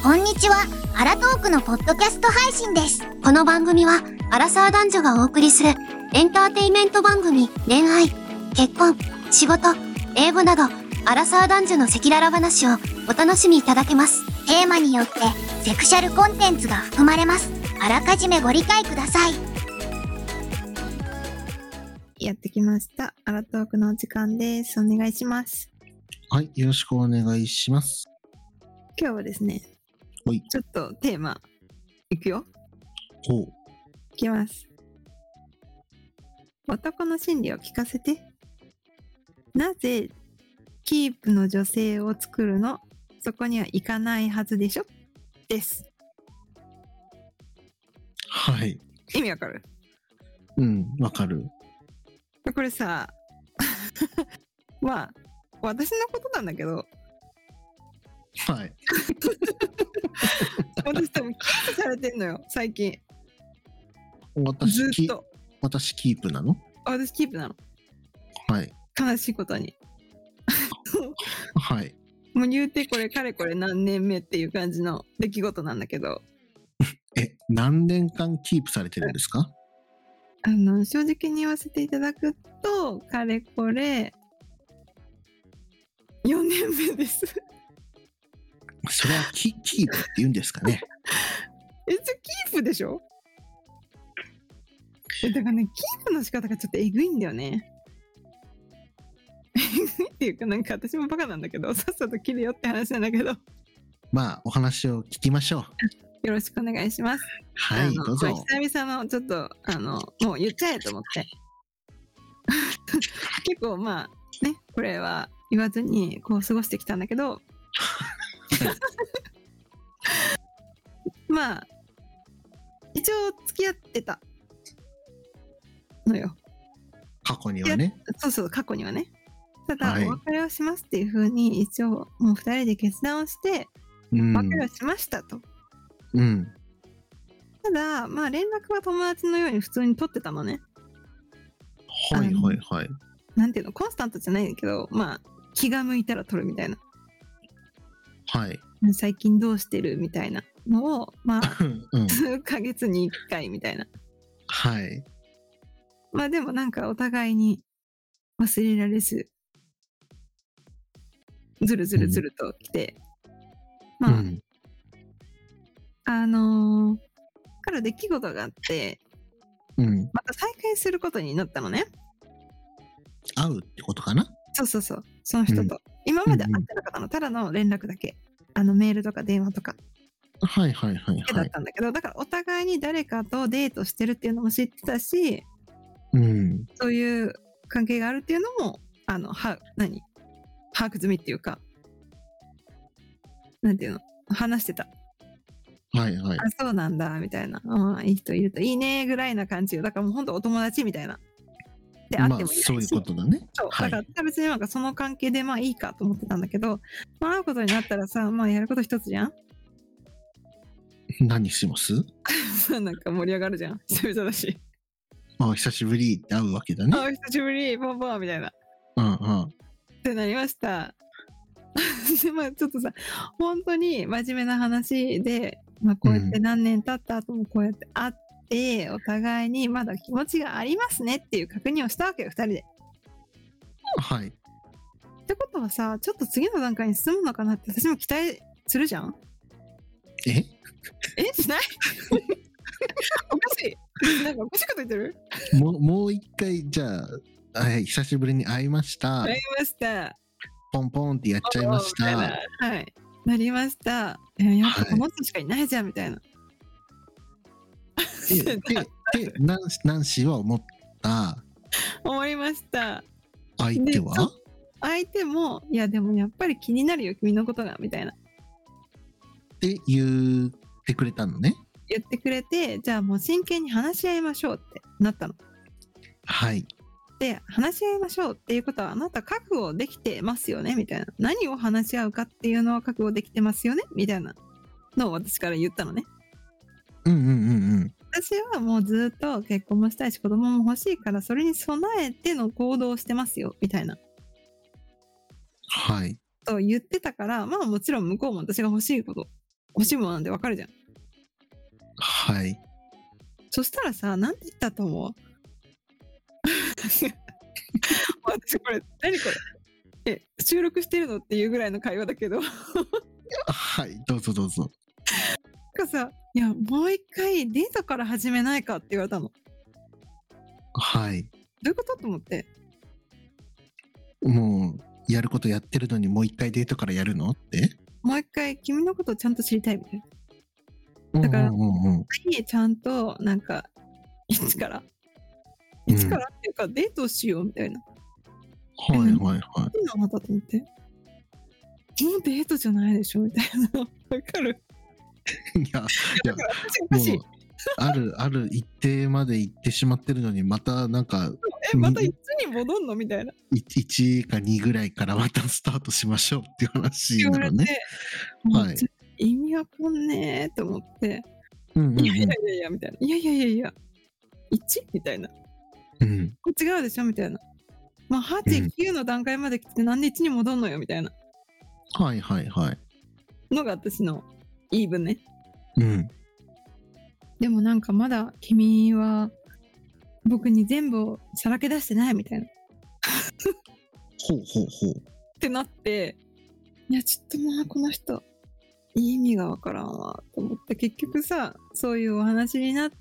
こんにちは。アラトークのポッドキャスト配信です。この番組はアラサー男女がお送りするエンターテイメント番組。恋愛、結婚、仕事、英語などアラサー男女の赤裸々話をお楽しみいただけます。テーマによってセクシャルコンテンツが含まれます。あらかじめご理解ください。 やってきました。アラトークのお時間です。お願いします。 はい、よろしくお願いします。 今日はですね、ちょっとテーマいくよ。 ほう。 いきます。男の心理を聞かせて。なぜキープの女性を作るの？そこには行かないはずでしょです。 はい。 意味わかる？ わかる。 これさまあ私のことなんだけど、 はい。 私多分キープされてんのよ最近。 ずっと私キープなの？ 私キープなの。 はい。 悲しいことにはい。 もう言うてこれかれこれ何年目っていう感じの出来事なんだけど何年間キープされてるんですか？ 正直に言わせていただくとかれこれ4年目ですそれはキープって言うんですかね？ キープでしょ？だからね、キープの仕方がちょっとえぐいんだよね。えぐいっていうか、なんか私もバカなんだけど、さっさと切るよって話なんだけど。 まあお話を聞きましょう。 よろしくお願いします。 はい、どうぞ。 久々のちょっともう言っちゃえと思って結構まあね、これは言わずにこう過ごしてきたんだけどまあ一応付き合ってたのよ、 過去にはね。 そう過去にはね。ただ、お別れをしますっていう風に一応もう2人で決断をして、お別れをしましたと。ただまあ連絡は友達のように普通に取ってたのね。 はいはいはい。 なんていうの、コンスタントじゃないんだけど、まあ気が向いたら取るみたいな。 はい。 最近どうしてるみたいなのをまあ数ヶ月に1回みたいな。 はい。 まあでもなんかお互いに忘れられずずると来て、まあ、ある出来事があって、また再会することになったのね。 会うってことかな？ そうその人と、今まで会ってなかったの、ただの連絡だけ、メールとか電話とかはいだったんだけど、だからお互いに誰かとデートしてるっていうのも知ってたし、そういう関係があるっていうのも把握済みっていうか、なんていうの、話してた。 はいはい。 あ、そうなんだみたいな、いい人いるといいねぐらいな感じよ。だからもう本当お友達みたいな。で会ってもいないし、 そういうことだね。 そう、だから別になんかその関係でまあいいかと思ってたんだけど、まあ、会うことになったらさ、まあやること一つじゃん。 何します？ なんか盛り上がるじゃん、久々だし。 久しぶりって会うわけだね。 久しぶりポンポンみたいな。ってなりました。でまあちょっとさ、本当に真面目な話で、まあ、こうやって何年経った後もこうやって会って、お互いにまだ気持ちがありますねっていう確認をしたわけよ、2人で。 はい。 ってことはさ、ちょっと次の段階に進むのかなって私も期待するじゃん。しないおかしい、なんかおかしいこと言ってる？ もう一回じゃあ、久しぶりに会いました。ポンポンってやっちゃいました。 はい、なりました。やっぱこの人しかいないじゃんみたいな。 で、ナンシーは思いました。 相手も、いやでもやっぱり気になるよ君のことがみたいな。 って言ってくれたのね。 言ってくれて、じゃあもう真剣に話し合いましょうってなったの。 はい。 で、話し合いましょうっていうことはあなた覚悟できてますよねみたいな。何を話し合うかっていうのは覚悟できてますよねみたいなのを私から言ったのね。私はもうずっと結婚もしたいし子供も欲しいからそれに備えての行動をしてますよみたいな。 はい。 と言ってたから、まあもちろん向こうも私が欲しいこと欲しいものなんでわかるじゃん。 はい。 そしたらさ、なんて言ったと思う？私これ、何これ？収録してるのっていうぐらいの会話だけど。 はい、どうぞどうぞ。 なんかさ、いや、もう一回デートから始めないかって言われたの。 はい。 どういうことと思って。 もう、やることやってるのにもう一回デートからやるのって？ もう一回君のことをちゃんと知りたいみたいな。だから、ちゃんと、なんか、一からっていうか、デートしようみたいな。 はいはいはい。いいなあなたと思って。もうデートじゃないでしょみたいな。わかる？ いや、もう、ある一定まで行ってしまってるのに、またなんか、 また1に戻んのみたいな。 1か2ぐらいからまたスタートしましょうっていう話なのね。 はい。意味わかんねえと思って、いやいやいやみたいな。いや、1? みたいな。これ違うでしょみたいな。まあ、8、9の段階まで来てなんで1に戻んのよみたいな。 はいはいはい。 のが私の言い分ね。 うん。 でもなんかまだ君は僕に全部をさらけ出してないみたいな。 ほうほうほう。 ってなって、いやちょっとまあこの人意味がわからんわと思って結局さ、そういうお話になって、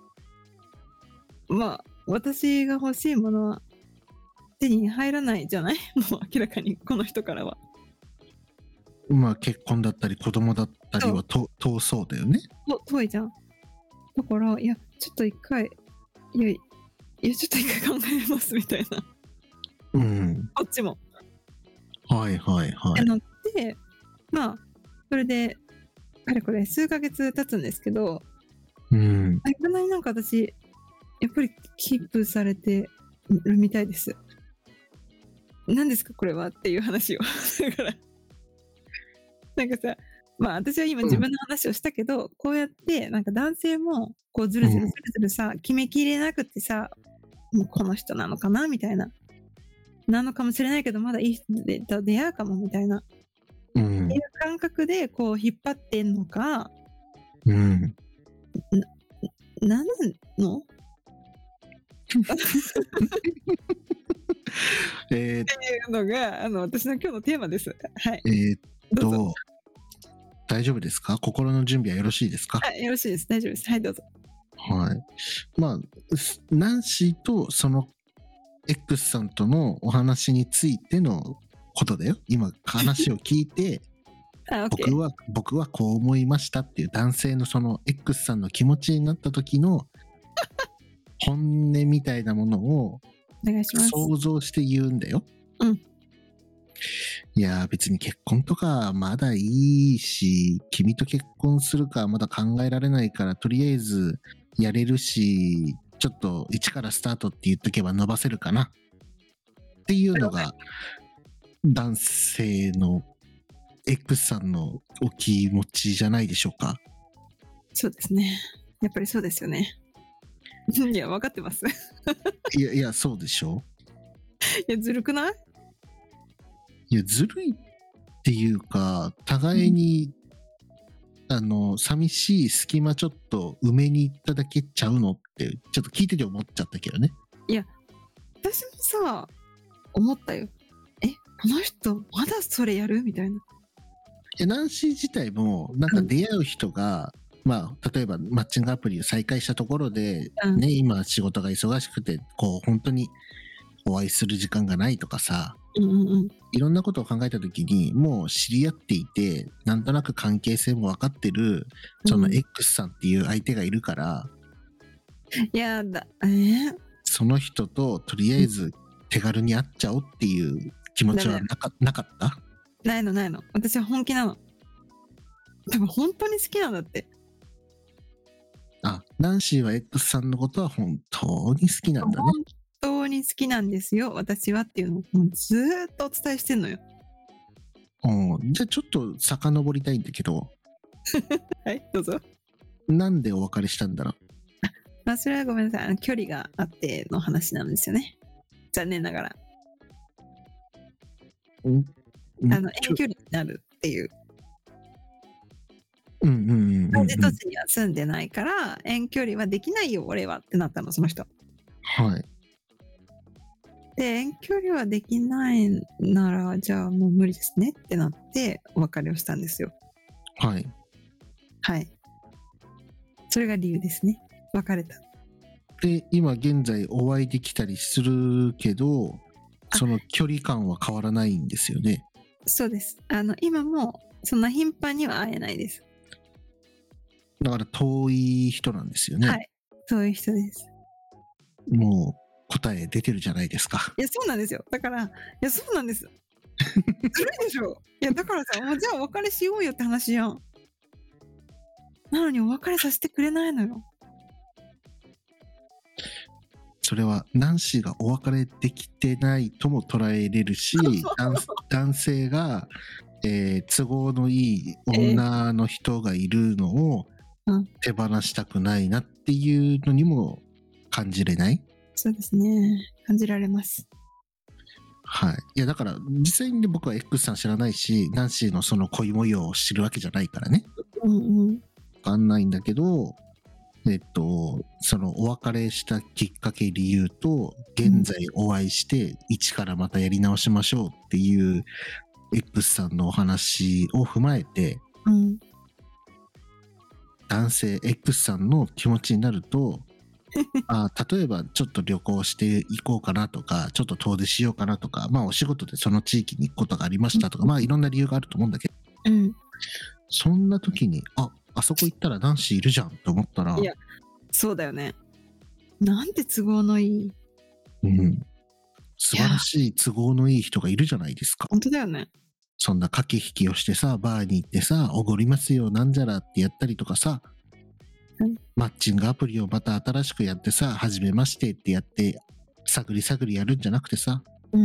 まあ私が欲しいものは手に入らないじゃない？もう明らかにこの人からは。 まあ結婚だったり子供だったりは遠そうだよね。 遠いじゃん。だからいやちょっと一回いやちょっと一回考えますみたいな。こっちも。 はいはいはい。 ってなって、まあそれでかれこれ数ヶ月経つんですけど、いまだになんか私やっぱりキープされてるみたいです。何ですかこれはっていう話を。だからなんかさ、まあ私は今自分の話をしたけど、こうやってなんか男性もこうずるずるさ、決めきれなくてさ、もうこの人なのかなみたいな。なのかもしれないけどまだいい人と出会うかもみたいな。っていう感覚でこう引っ張ってんのか、なんのっていうのが私の今日のテーマです。はい。どうぞ。 大丈夫ですか？心の準備はよろしいですか？ はい、よろしいです。大丈夫です。はい、どうぞ。 はい。まあ、ナンシーとその X さんとのお話についてのことだよ。今話を聞いて僕はこう思いましたっていう男性のその X さんの気持ちになった時の本音みたいなものを想像して言うんだよ。いや別に結婚とかまだいいし、君と結婚するかまだ考えられないから、とりあえずやれるし、ちょっと一からスタートって言っとけば伸ばせるかなっていうのが男性の X さんのお気持ちじゃないでしょうか。 そうですね。やっぱりそうですよね。いや分かってます。 いやそうでしょ。 いやずるくない？ いやずるいっていうか、互いに、寂しい隙間ちょっと埋めに行っただけちゃうのってちょっと聞いてて思っちゃったけどね。 いや私もさ思ったよ。この人まだそれやるみたいな。 ナンシー自体もなんか出会う人が、まあ例えばマッチングアプリを再開したところで、ね、今仕事が忙しくてこう本当にお会いする時間がないとかさ、いろんなことを考えた時にもう知り合っていてなんとなく関係性も分かってるその X さんっていう相手がいるから、 やだその人ととりあえず手軽に会っちゃおうっていう気持ちはなかった？ ないの。私は本気なの。多分本当に好きなんだって。 ナンシーは X さんのことは本当に好きなんだね。 本当に好きなんですよ私はっていうのをもうずーっとお伝えしてんのよ。 じゃあちょっと遡りたいんだけどはいどうぞ。 なんでお別れしたんだろう。それはごめんなさい、距離があっての話なんですよね、残念ながら。遠距離になるっていう。 うんうんうんうん同じ土地には住んでないから遠距離はできないよ俺はってなったの、その人。 はい。 で、遠距離はできないならじゃあもう無理ですねってなってお別れをしたんですよ。 はい。 はい。それが理由ですね。別れた。 で、今現在お会いできたりするけど、その距離感は変わらないんですよね。 そうです。今もそんな頻繁には会えないです。 だから遠い人なんですよね。 はい。そういう人です。 もう答え出てるじゃないですか。 いや、そうなんですよ。だから、いや、そうなんです。ずるいでしょ。いや、だからさ、もうじゃあお別れしようよって話じゃん。なのにお別れさせてくれないのよ。 それはナンシーがお別れできてないとも捉えれるし、男性が、都合のいい女の人がいるのを手放したくないなっていうのにも感じれない？ そうですね。感じられます。 はい。いや、だから実際に僕は X さん知らないし、ナンシーのその恋模様を知るわけじゃないからね。 うんうん。 わかんないんだけど、そのお別れしたきっかけ理由と、現在お会いして一からまたやり直しましょうっていう X さんのお話を踏まえて、 うん、 男性 X さんの気持ちになると例えばちょっと旅行していこうかなとか、ちょっと遠出しようかなとか、まあお仕事でその地域に行くことがありましたとか、まあいろんな理由があると思うんだけど、 うん、 そんな時にあそこ行ったら男子いるじゃんと思ったら、 いや、そうだよね。なんて都合のいい。 うん、素晴らしい都合のいい人がいるじゃないですか。 本当だよね。 そんな駆け引きをしてさ、バーに行ってさ、おごりますよなんじゃらってやったりとかさ、マッチングアプリをまた新しくやってさ、はじめましてってやって探り探りやるんじゃなくてさ、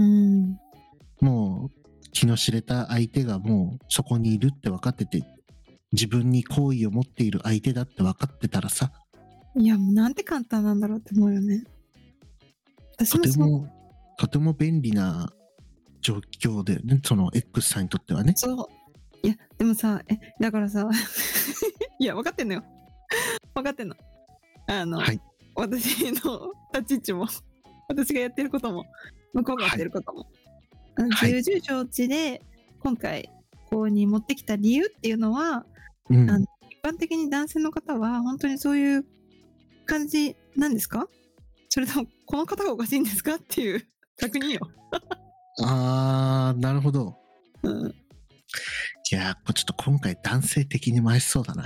もう気の知れた相手がもうそこにいるって分かってて、自分に好意を持っている相手だって分かってたらさ、 いやもうなんて簡単なんだろうって思うよね。私もとても便利な状況でね、その X さんにとってはね。 そう。いやでもさ、だからさいや分かってんのよ。分かってんの。はい、私の立ち位置も私がやってることも向こうがやってることも、はい、重々承知で今回ここに持ってきた理由っていうのは、一般的に男性の方は本当にそういう感じなんですか？それともこの方がおかしいんですかっていう確認よ。 なるほど。いやちょっと今回男性的に回しそうだな。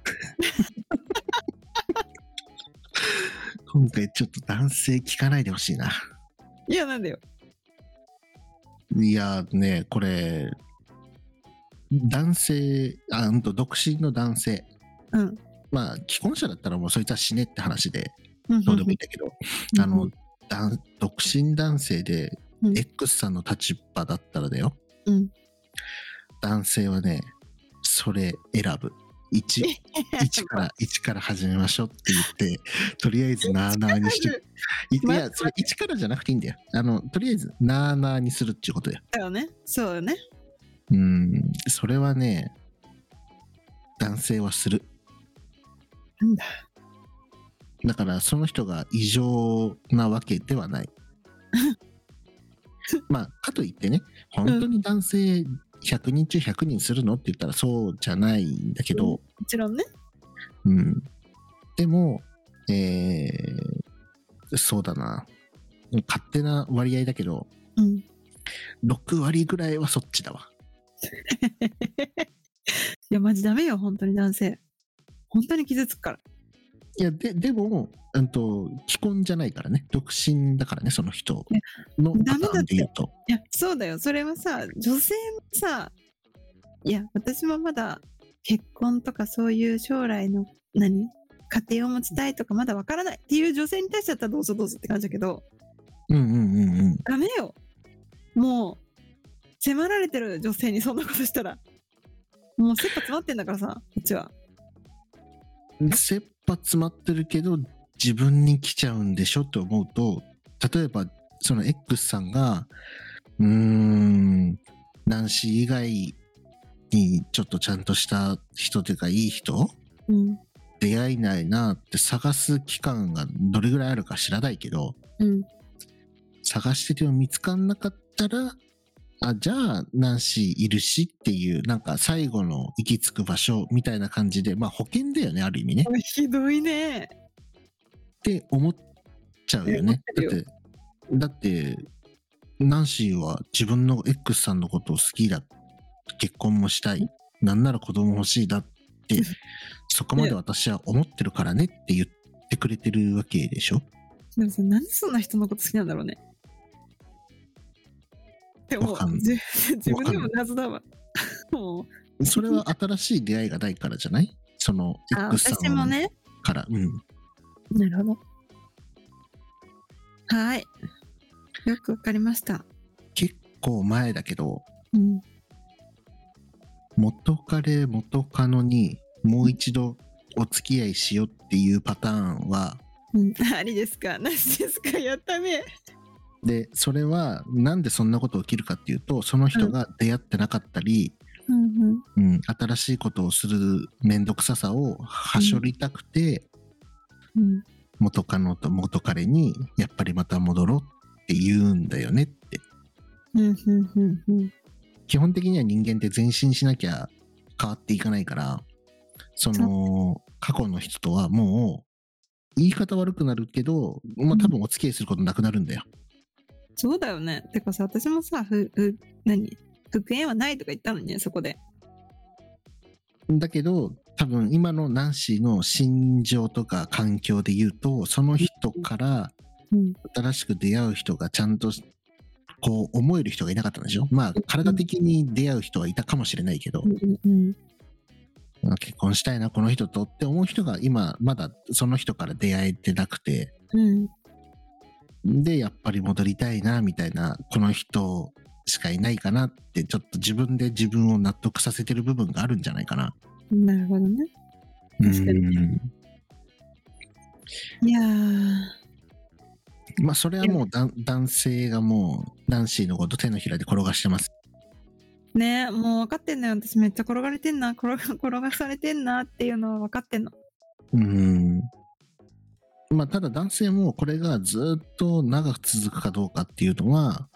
今回ちょっと男性聞かないでほしいな。 いやなんだよ。 いやね、これ男性独身の男性、まあ既婚者だったらもうそいつは死ねって話でどうでもいいんだけど、独身男性で X さんの立場だったらだよ、男性はねそれ選ぶ。1から始めましょうって言ってとりあえずなーなーにしていやそれ1からじゃなくていいんだよ。とりあえずなーなーにするっていうことだよ。 だよね。そうよね。 それはね男性はする。 なんだ。 だからその人が異常なわけではない。まあかといってね、本当に男性100人中100人するのって言ったらそうじゃないんだけど、もちろんね。 でも、そうだな、勝手な割合だけど、6割ぐらいはそっちだわ。 いやマジダメよ本当に男性。本当に傷つくから。 いやでも既婚じゃないからね、独身だからね、その人のパターンで言うと。 いやそうだよ。それはさ、女性もさ、いや私もまだ結婚とかそういう将来の家庭を持ちたいとかまだわからないっていう女性に対してだったらどうぞどうぞって感じだけど、ダメよ。もう迫られてる女性にそんなことしたらもう切羽詰まってんだからさ、こっちは。 切羽詰まってるけど自分に来ちゃうんでしょって思うと、例えばその X さんがナンシー以外にちょっとちゃんとした人というかいい人うん出会えないなって探す期間がどれぐらいあるか知らないけど、 うん探してても見つかんなかったら、じゃあナンシーいるしっていう、なんか最後の行き着く場所みたいな感じで、まあ保険だよね、ある意味ね。 ひどいね。 って思っちゃうよね。 思ってるよだってナンシーは自分の X さんのことを好きだ、結婚もしたい、なんなら子供欲しいだってそこまで私は思ってるからねって言ってくれてるわけでしょ。 でもさ、なんでそんな人のこと好きなんだろうね。でもわかんない自分でも謎だわ。もうそれは新しい出会いがないからじゃない？その X さん私もね。 から。 なるほど。はい。よくわかりました。 結構前だけど、 うん。 元彼元カノにもう一度お付き合いしようっていうパターンは、 ありですか？なしですか？やったね。 でそれはなんでそんなこと起きるかっていうと、その人が出会ってなかったり、新しいことをするめんどくささをはしょりたくて、元カノと元彼にやっぱりまた戻ろうって言うんだよねって。基本的には人間って前進しなきゃ変わっていかないから、その過去の人とはもう言い方悪くなるけど、まあ多分お付き合いすることなくなるんだよ。 そうだよね。てかさ、私もさ、復縁はないとか言ったのにね、そこで。 だけど多分今のナンシーの心情とか環境で言うと、その人から新しく出会う人がちゃんとこう思える人がいなかったんでしょ。まあ体的に出会う人はいたかもしれないけど、結婚したいなこの人とって思う人が今まだその人から出会えてなくて、でやっぱり戻りたいなみたいな、この人しかいないかなってちょっと自分で自分を納得させてる部分があるんじゃないかな。 なるほどね。確かに。いやまあそれはもう男性がもうナンシーのこと手のひらで転がしてます。 ね、もう分かってんのよ。私めっちゃ転がされてんなっていうのは分かってんの。 まあただ男性もこれがずっと長く続くかどうかっていうのは、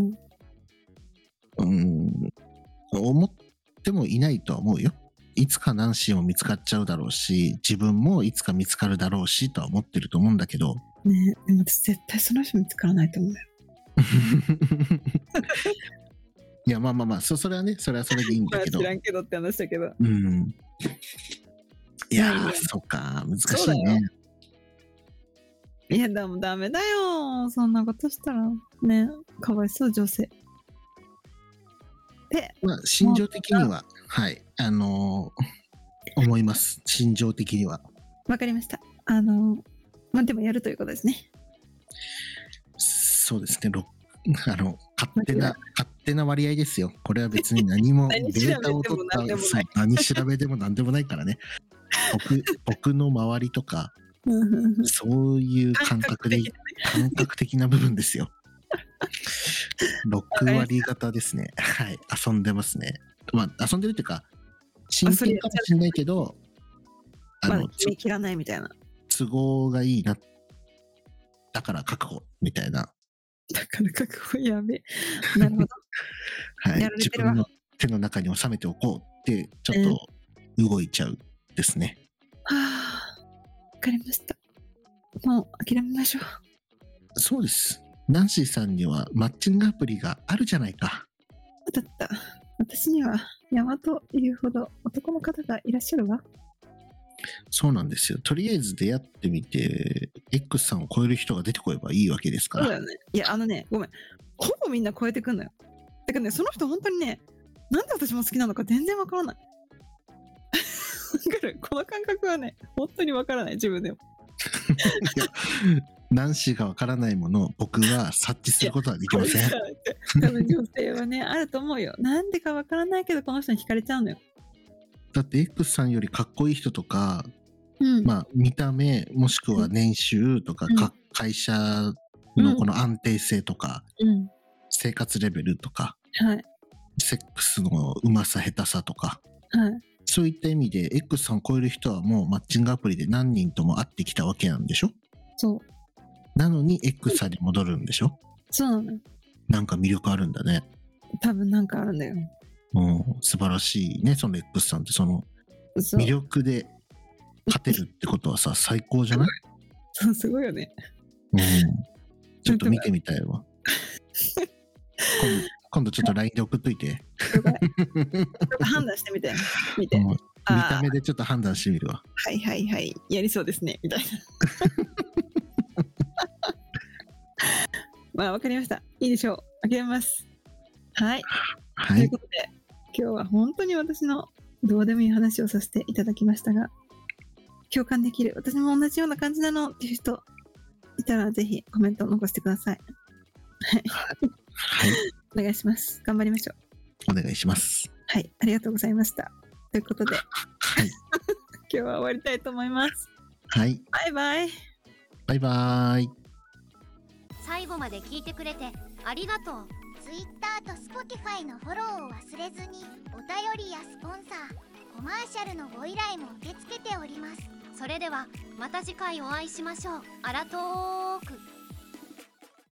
思ってもいないとは思うよ。いつかナンシーも見つかっちゃうだろうし、自分もいつか見つかるだろうしとは思ってると思うんだけど。 ね、でも私絶対その人見つからないと思うよ。 いやまあそれはね、それはそれでいいんだけど。 知らんけどって話だけど。 いやー、そっか、難しいね。 いやでもダメだよ、そんなことしたらね、かわいそう女性。で、 まあ心情的にははい思います。心情的には。 わかりました。まあでもやるということですね。 そうですね。勝手な割合ですよ。これは別に何もデータを取った何調べでも何でもないからね。僕の周りとかそういう感覚的な部分ですよ。6割方ですね。はい、遊んでますね。まあ遊んでるっていうか真剣かもしれないけど、 決めきらないみたいな。 都合がいいな。だから確保みたいな。 だから確保やべ。なるほど。 はい。自分の手の中に収めておこうってちょっと動いちゃうですね。 はあ、わかりました。もう諦めましょう。 そうです。ナンシーさんにはマッチングアプリがあるじゃないか。 だった。私には山というほど男の方がいらっしゃるわ。 そうなんですよ。とりあえず出会ってみて X さんを超える人が出てこればいいわけですから。 そうだよね。いやごめん、ほぼみんな超えてくんのよ。だからね、その人本当にね、なんで私も好きなのか全然わからない。わかる。この感覚はね、本当にわからない、自分でも。 ナンシーがわからないものを僕は察知することはできません。 多分女性はね、あると思うよ。なんでかわからないけどこの人に惹かれちゃうのよ。 だって X さんよりかっこいい人とか、まあ見た目もしくは年収とか、会社のこの安定性とか、生活レベルとか、 セックスのうまさ下手さとか、 はい。 そういった意味で X さんを超える人はもうマッチングアプリで何人とも会ってきたわけなんでしょ。 そう。 なのに X さんに戻るんでしょ。 そうなのよ。 なんか魅力あるんだね。 多分なんかあるんだよ。 素晴らしいね、その X さんって。そのそう。 魅力で勝てるってことはさ、最高じゃない？ そう、すごいよね。 ちょっと見てみたいわ。今度ちょっと LINE で送っといて。 ちょっと判断してみて。見て。 見た目でちょっと判断してみるわ。 はいはいはい。やりそうですね。みたいな。まあ、わかりました。いいでしょう。諦めます。はい。 はい。 ということで、今日は本当に私のどうでもいい話をさせていただきましたが、共感できる、私も同じような感じなのっていう人いたら、ぜひコメントを残してください。はい。お願いします。頑張りましょう。お願いします。 はい。ありがとうございました。ということで、 はい、 今日は終わりたいと思います。 はい。 バイバイ。 バイバイ。 最後まで聞いてくれてありがとう。Twitter と Spotify のフォローを忘れずに、お便りやスポンサー、コマーシャルのご依頼も受け付けております。それではまた次回お会いしましょう。アラトーク。